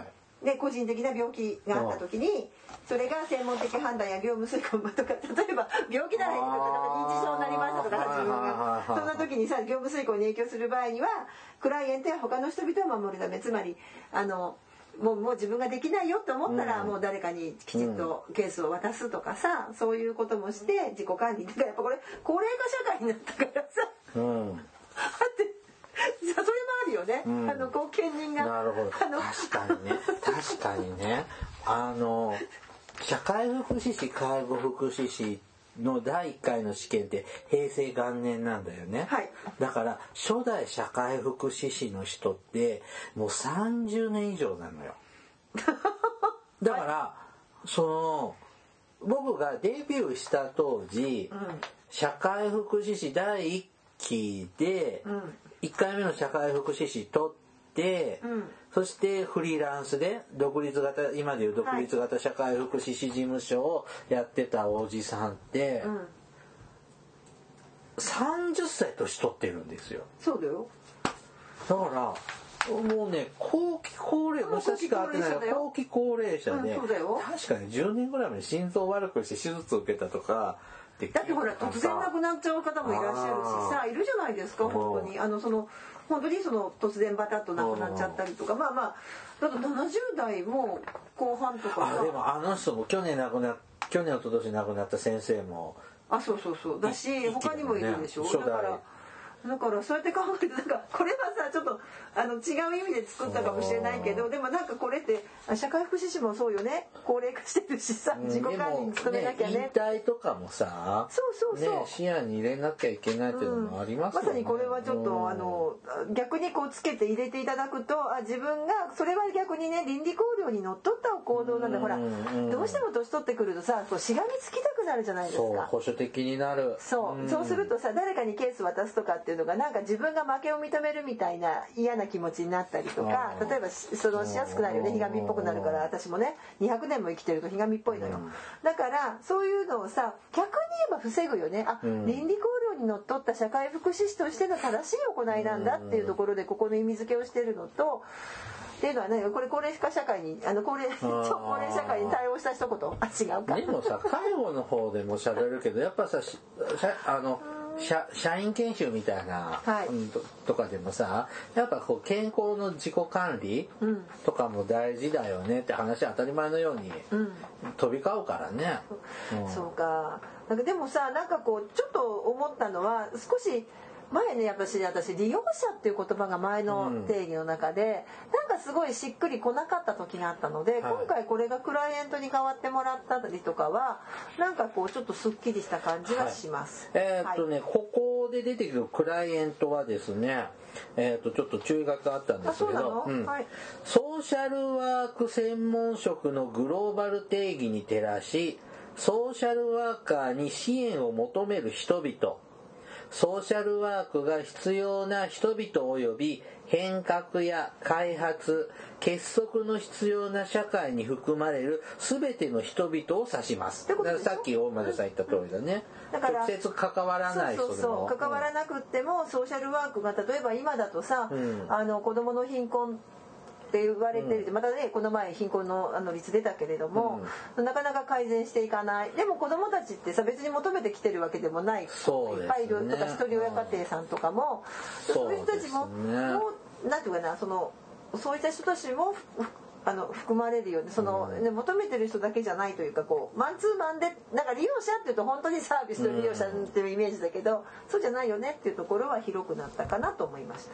で個人的な病気があった時にそれが専門的判断や業務遂行とか例えば病気ならいいとか認知症になりましたとか自分がそんな時にさ業務遂行に影響する場合にはクライエントや他の人々を守るためつまりあのもうもう自分ができないよって思ったら、うん、もう誰かにきちっとケースを渡すとかさ、そういうこともして自己管理だからやっぱこれ高齢化社会になったからさ、うん、だってそれもあるよね、うん、あの後見人がなるほどあの確かにね確かにねあの社会福祉士介護福祉士のだいいっかいの試験って平成元年なんだよね、はい、だから初代社会福祉士の人ってもうさんじゅうねん以上なのよだから、はい、その僕がデビューした当時、うん、社会福祉士だいいっきで、うん、いっかいめの社会福祉士取って、うん、そしてフリーランスで独立型今でいう独立型社会福祉士事務所をやってたおじさんって、うん、さんじゅっさい年取ってるんですよ。 そうだよ。 だからもうね後期高齢もしか変わってない後期高齢者で、うん、確かにじゅうねんぐらい前に心臓悪くして手術を受けたとかだってほら突然亡くなっちゃう方もいらっしゃるしさいるじゃないですか本当にあのその本当にその突然バタッと亡くなっちゃったりとかまあまあだとななじゅう代も後半とかさあでもあの人も去年亡くな去年一昨年亡くなった先生もあそうそうそうだし他にもいるでしょ、ね、だからだからそうやって考えるとなんかこれはさちょっとあの違う意味で作ったかもしれないけどでもなんかこれって社会福祉士もそうよね高齢化してるしさ自己管理に努めなきゃね。 ね引退とかもさそうそうそう、 ね、視野に入れなきゃいけないっていうのもありますよね、 うん、まさにこれはちょっとあの逆にこうつけて入れていただくとあ自分がそれは逆にね倫理綱領にのっとった行動なんだほらどうしても年取ってくるとさこうしがみつきたくなるじゃないですか。 そう保守的になるそう、うん、そうするとさ誰かにケース渡すとかっていうのがなんか自分が負けを認めるみたいな嫌な気持ちになったりとか例えばそのしやすくなるよねひがみっぽくなるから私もねにひゃくねんも生きてるとひがみっぽいのよ、うん、だからそういうのをさ逆に言えば防ぐよねあ、うん、倫理綱領にのっとった社会福祉士としての正しい行いなんだっていうところでここの意味付けをしてるのとっていうのはねこれ高齢化社会にあの高齢超高齢社会に対応した一言あ違うかでもさ介護の方でも喋るけどやっぱさあの社, 社員研修みたいな、はいうん、と, とかでもさやっぱこう健康の自己管理とかも大事だよねって話は当たり前のように飛び交うからね、 うんうん、そうかなんかでもさなんかこうちょっと思ったのは少し前ねやっぱし私利用者っていう言葉が前の定義の中で、うん、なんかすごいしっくりこなかった時があったので、はい、今回これがクライアントに変わってもらったりとかはなんかこうちょっとすっきりした感じがします、 はい、えー、っとね、はい、ここで出てくるクライアントはですねえー、とちょっと注意書きがあったんですけど、うんはい、ソーシャルワーク専門職のグローバル定義に照らしソーシャルワーカーに支援を求める人々ソーシャルワークが必要な人々及び変革や開発結束の必要な社会に含まれる全ての人々を指します。だからさっき大前さん言った通りだね。だから直接関わらない人でもそうそうそう関わらなくってもソーシャルワークが例えば今だとさ、うん、あの子どもの貧困って言われてる、うん、またねこの前貧困 の, あの率出たけれども、うん、なかなか改善していかないでも子どもたちってさ別に求めてきてるわけでもないそうです、ね、 いっぱいいるとか一人親家庭さんとかも、うん、そういう人たちも、ね、もうなんていうかなそのそういった人たちもあの含まれるようにその、ね、求めてる人だけじゃないというかこうマンツーマンでなんか利用者っていうと本当にサービスの利用者っていうイメージだけど、うん、そうじゃないよねっていうところは広くなったかなと思いました。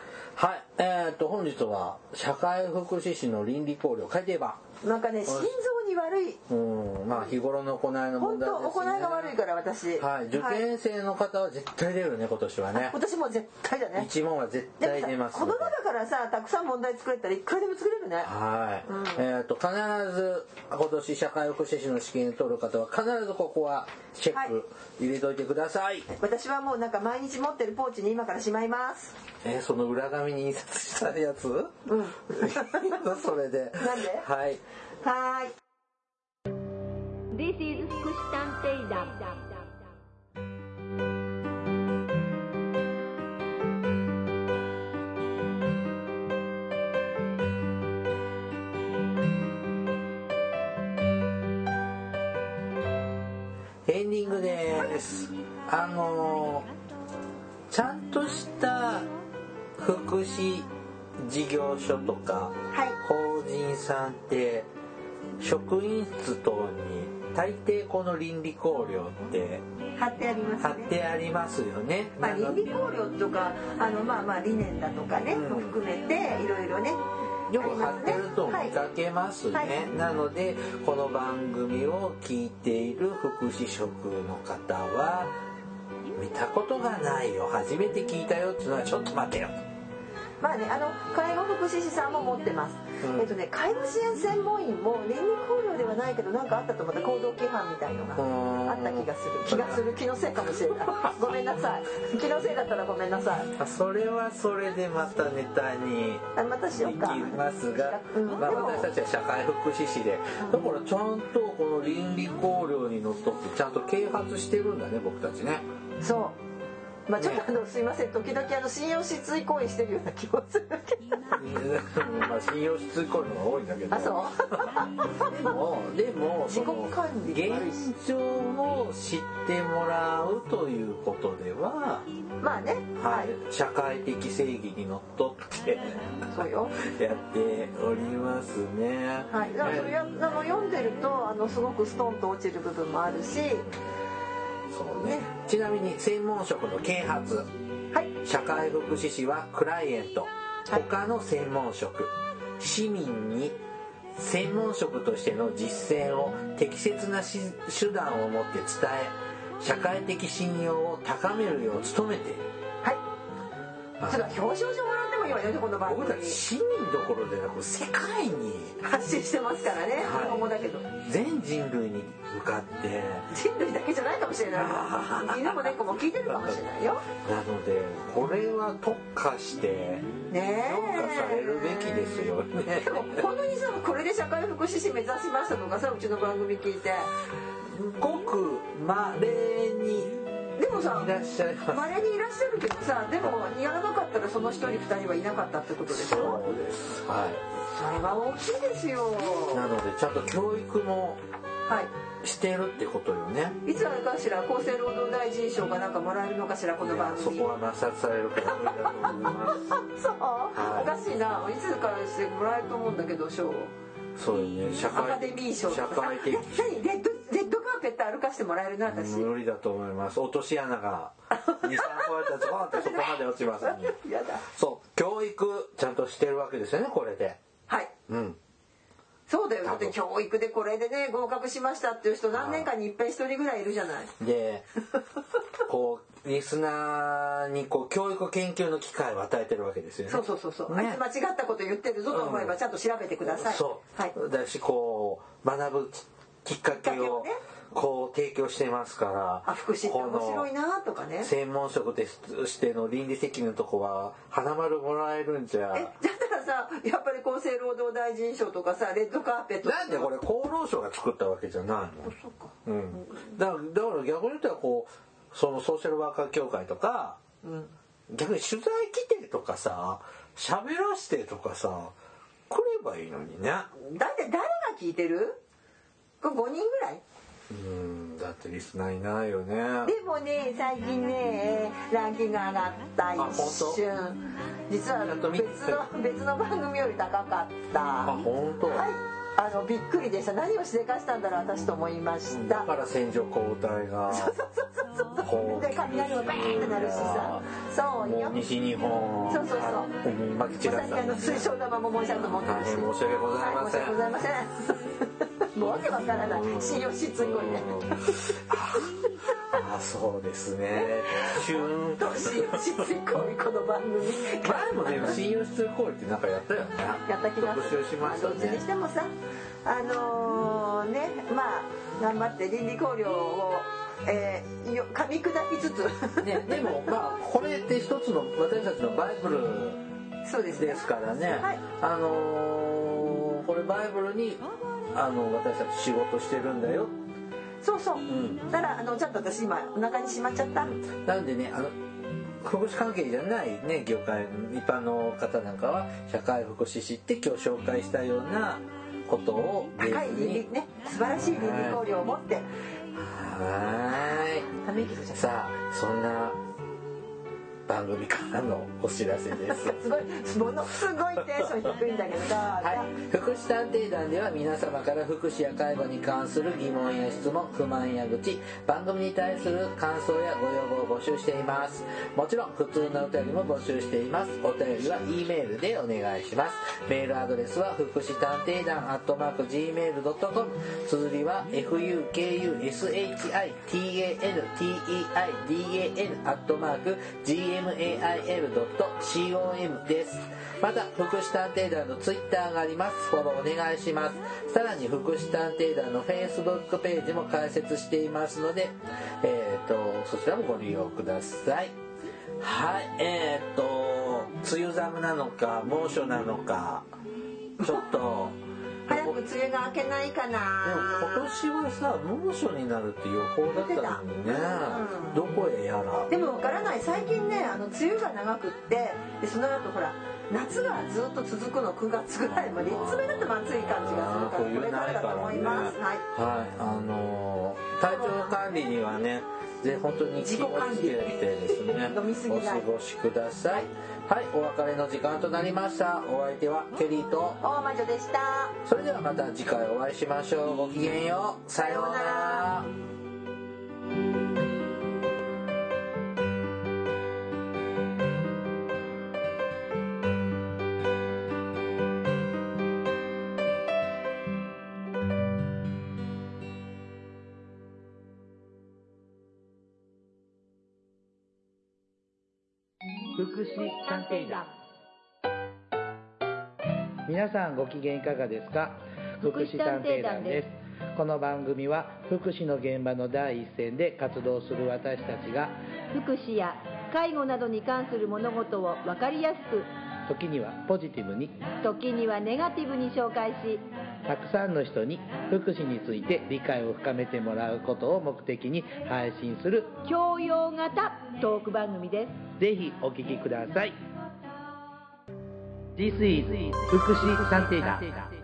はい、えー、っと本日は社会福祉士の倫理考慮改訂版なんかね心臓に悪いうんまあ日頃の行いの問題ですね。 本当行いが悪いから私はい受験生の方は絶対出るね今年はね。 今年も絶対だね。 一問は絶対出ます。 この中からさたくさん問題作れたらいくらでも作れるね。 はい、うん、えー、っと必ず今年社会福祉士の試験に取る方は必ずここはチェック入れといてください、はい、 私はもうなんか毎日持ってるポーチに今からしまいます。 えー、その裏紙に印刷したやつうんそれでなんではいはい。This is 福祉探偵団。 エンディングです。あのー、ちゃんとした福祉事業所とか、はい、法人さんって職員室等に大抵この倫理考慮って貼ってありますね。 貼ってありますよね。 まあ、倫理考慮とかあのまあまあ理念だとかね、うん、も含めていろいろねよく貼ってると見かけますね、はいはい、なのでこの番組を聞いている福祉職の方は見たことがないよ、初めて聞いたよっていうのはちょっと待てよ。 まあね、あの介護福祉士さんも持ってます、うん、えっとね介護支援専門員も倫理考慮ではないけどなんかあったと思った、行動規範みたいのがあった気がする気がする気のせいかもしれないごめんなさい、気のせいだったらごめんなさい。 それはそれでまたネタにできますが、うん、まあ、私たちは社会福祉士で、だからちゃんとこの倫理考慮にのっとってちゃんと啓発してるんだね、僕たちね。 そうまあ、ちょっとあの、ね、すいません、時々あの信用失墜行為してるような気もするけどまあ信用失墜行為の方が多いんだけど、 あ、そうでもでも自己管理現状を知ってもらうということではまあね、 はい、社会的正義にのっとってそうよやっておりますね。 はい、だからそれやあの読んでるとあのすごくストンと落ちる部分もあるし。 そうね、ちなみに専門職の啓発、はい、社会福祉士はクライエント、他の専門職、市民に専門職としての実践を適切な手段を持って伝え、社会的信用を高めるよう努めている。はい、ちょっと表彰状もらってもいいわよね、この番組。 僕たち市民どころでなく世界に発信してますからね、はい、日本語だけど全人類に向かって、 人類だけじゃないかもしれない犬も猫も聞いてるかもしれないよ。 なのでこれは特化して評価されるべきですよね。 でも本当にさ、これで社会福祉士目指しましたとかさ、うちの番組聞いてごくまれにでもさ、 いらっしゃいます。 稀にいらっしゃるけどさ、でもやらなかったらその一人二人はいなかったってことでしょ。 そうです。はい。 それは大きいですよ。 なのでちゃんと教育もしてるってことよね。 いつあるかしら、厚生労働大臣賞がなんかもらえるのかしら、この番組。 そこは抹殺されるから無理だと思いますそう、はい、おかしいな。いつからしてもらえると思うんだけど、賞。 そうよね。社会アカデミー賞。 社会的。 何レッドレッドカーペット歩かしてもらえるな、私。 無理だと思います。落とし穴がに、さんこあったらズボンってそこまで落ちますね。 やだ。 そう、教育ちゃんとしてるわけですよね、これで。 はい。 うん。 そうだよ。だって教育でこれでね合格しましたっていう人何年間に一遍一人ぐらいいるじゃない。 で、こうリスナーにこう教育研究の機会を与えてるわけですよね。 そうそうそうそう。ね、あいつ間違ったこと言ってるぞと思えばちゃんと調べてください。うん、 そう。はい。だしこう学ぶきっかけをこう提供してますから。 あ、福祉って面白いなとかね。 専門職としての倫理責任のとこは花丸もらえるんじゃ。 え、だったらさ、やっぱり厚生労働大臣賞とかさ、レッドカーペット。 なんでこれ厚労省が作ったわけじゃないの。 そうか。 うん。だからだから逆に言ったらこうそのソーシャルワーカー協会とか、うん、逆に取材来てとかさ、喋らしてとかさ、来ればいいのにね。 だって誰が聞いてる？これごにんぐらい？ うん、だってリスナーいないよね。 でもね、最近ねランキング上がった一瞬、実は別の別の番組より高かった。 あ、本当。 はい、あのびっくりでした。何をしでかしたんだろう私と思いました。 だから線状降雨帯がそうそうそうそうで雷もバーンってなるしさ、そうよ。 西日本そうそうそうまき散らした。 あの水晶玉も申し訳ございません。 申し訳ございません。 申し訳ございません。もうわけわからない信用失墜行為ね。 あ、そうですね。 シューンと信用失墜行為この番組。 前もね信用失墜行為ってなんかやったよね。 やった気がする。 復習しましたね。 どっちにしてもさ、あのー、ね、まあ頑張って倫理考慮を、えー、よ噛み砕きつつ。 ね、でもまあこれって一つの私たちのバイブルそうですね。 ですからね。 はい、 あのー、これバイブルに。あの私たち仕事してるんだよ。 そうそう。うん、だからあのちょっと私今お腹にしまっちゃった。 なんでね、あの福祉関係じゃないね業界一般の方なんかは社会福祉士って今日紹介したようなことを高い倫理ね、素晴らしい倫理考慮を持って、 はいため息出ちゃった。 さあそんな番組からのお知らせですすごいものすごいテンション低いんだけどさ、 はい、福祉探偵団では皆様から福祉や介護に関する疑問や質問、不満や愚痴、番組に対する感想やご要望を募集しています。もちろん普通のお便りも募集しています。お便りは E メールでお願いします。メールアドレスは福祉探偵団アットマーク ジーメールドットコム、 綴りは エフユーケーユーエスエイチアイティーエーエヌティーイーアイディーエーエヌ アットマーク ジーエムエーアイエルドットコム です。また福祉探偵団のツイッターがあります。フォローお願いします。さらに福祉探偵団のフェイスブックページも開設していますので、えー、とそちらもご利用ください。はい、えー、と梅雨寒なのか猛暑なのかちょっと早く梅雨が明けないかな。 でも今年はさ猛暑になるって予報だったのにね、うん、どこへやら。 でもわからない、最近ねあの梅雨が長くってでその後ほら夏がずっと続くのくがつぐらいまで、いつ目だっても暑い感じがするから、これからだと思います。はい、 はい、あのー、体調管理にはねで本当に気をつけてですねお過ごしください。はい、お別れの時間となりました。お相手はケリーと大魔女でした。 それではまた次回お会いしましょう。ごきげんよう。さようなら。 福祉探偵団。皆さんご機嫌いかがですか。福祉探偵団です。この番組は福祉の現場の第一線で活動する私たちが福祉や介護などに関する物事を分かりやすく、 時にはポジティブに、 時にはネガティブに紹介し、 たくさんの人に福祉について理解を深めてもらうことを目的に配信する教養型トーク番組です。 ぜひお聞きください。This is 福祉探偵団。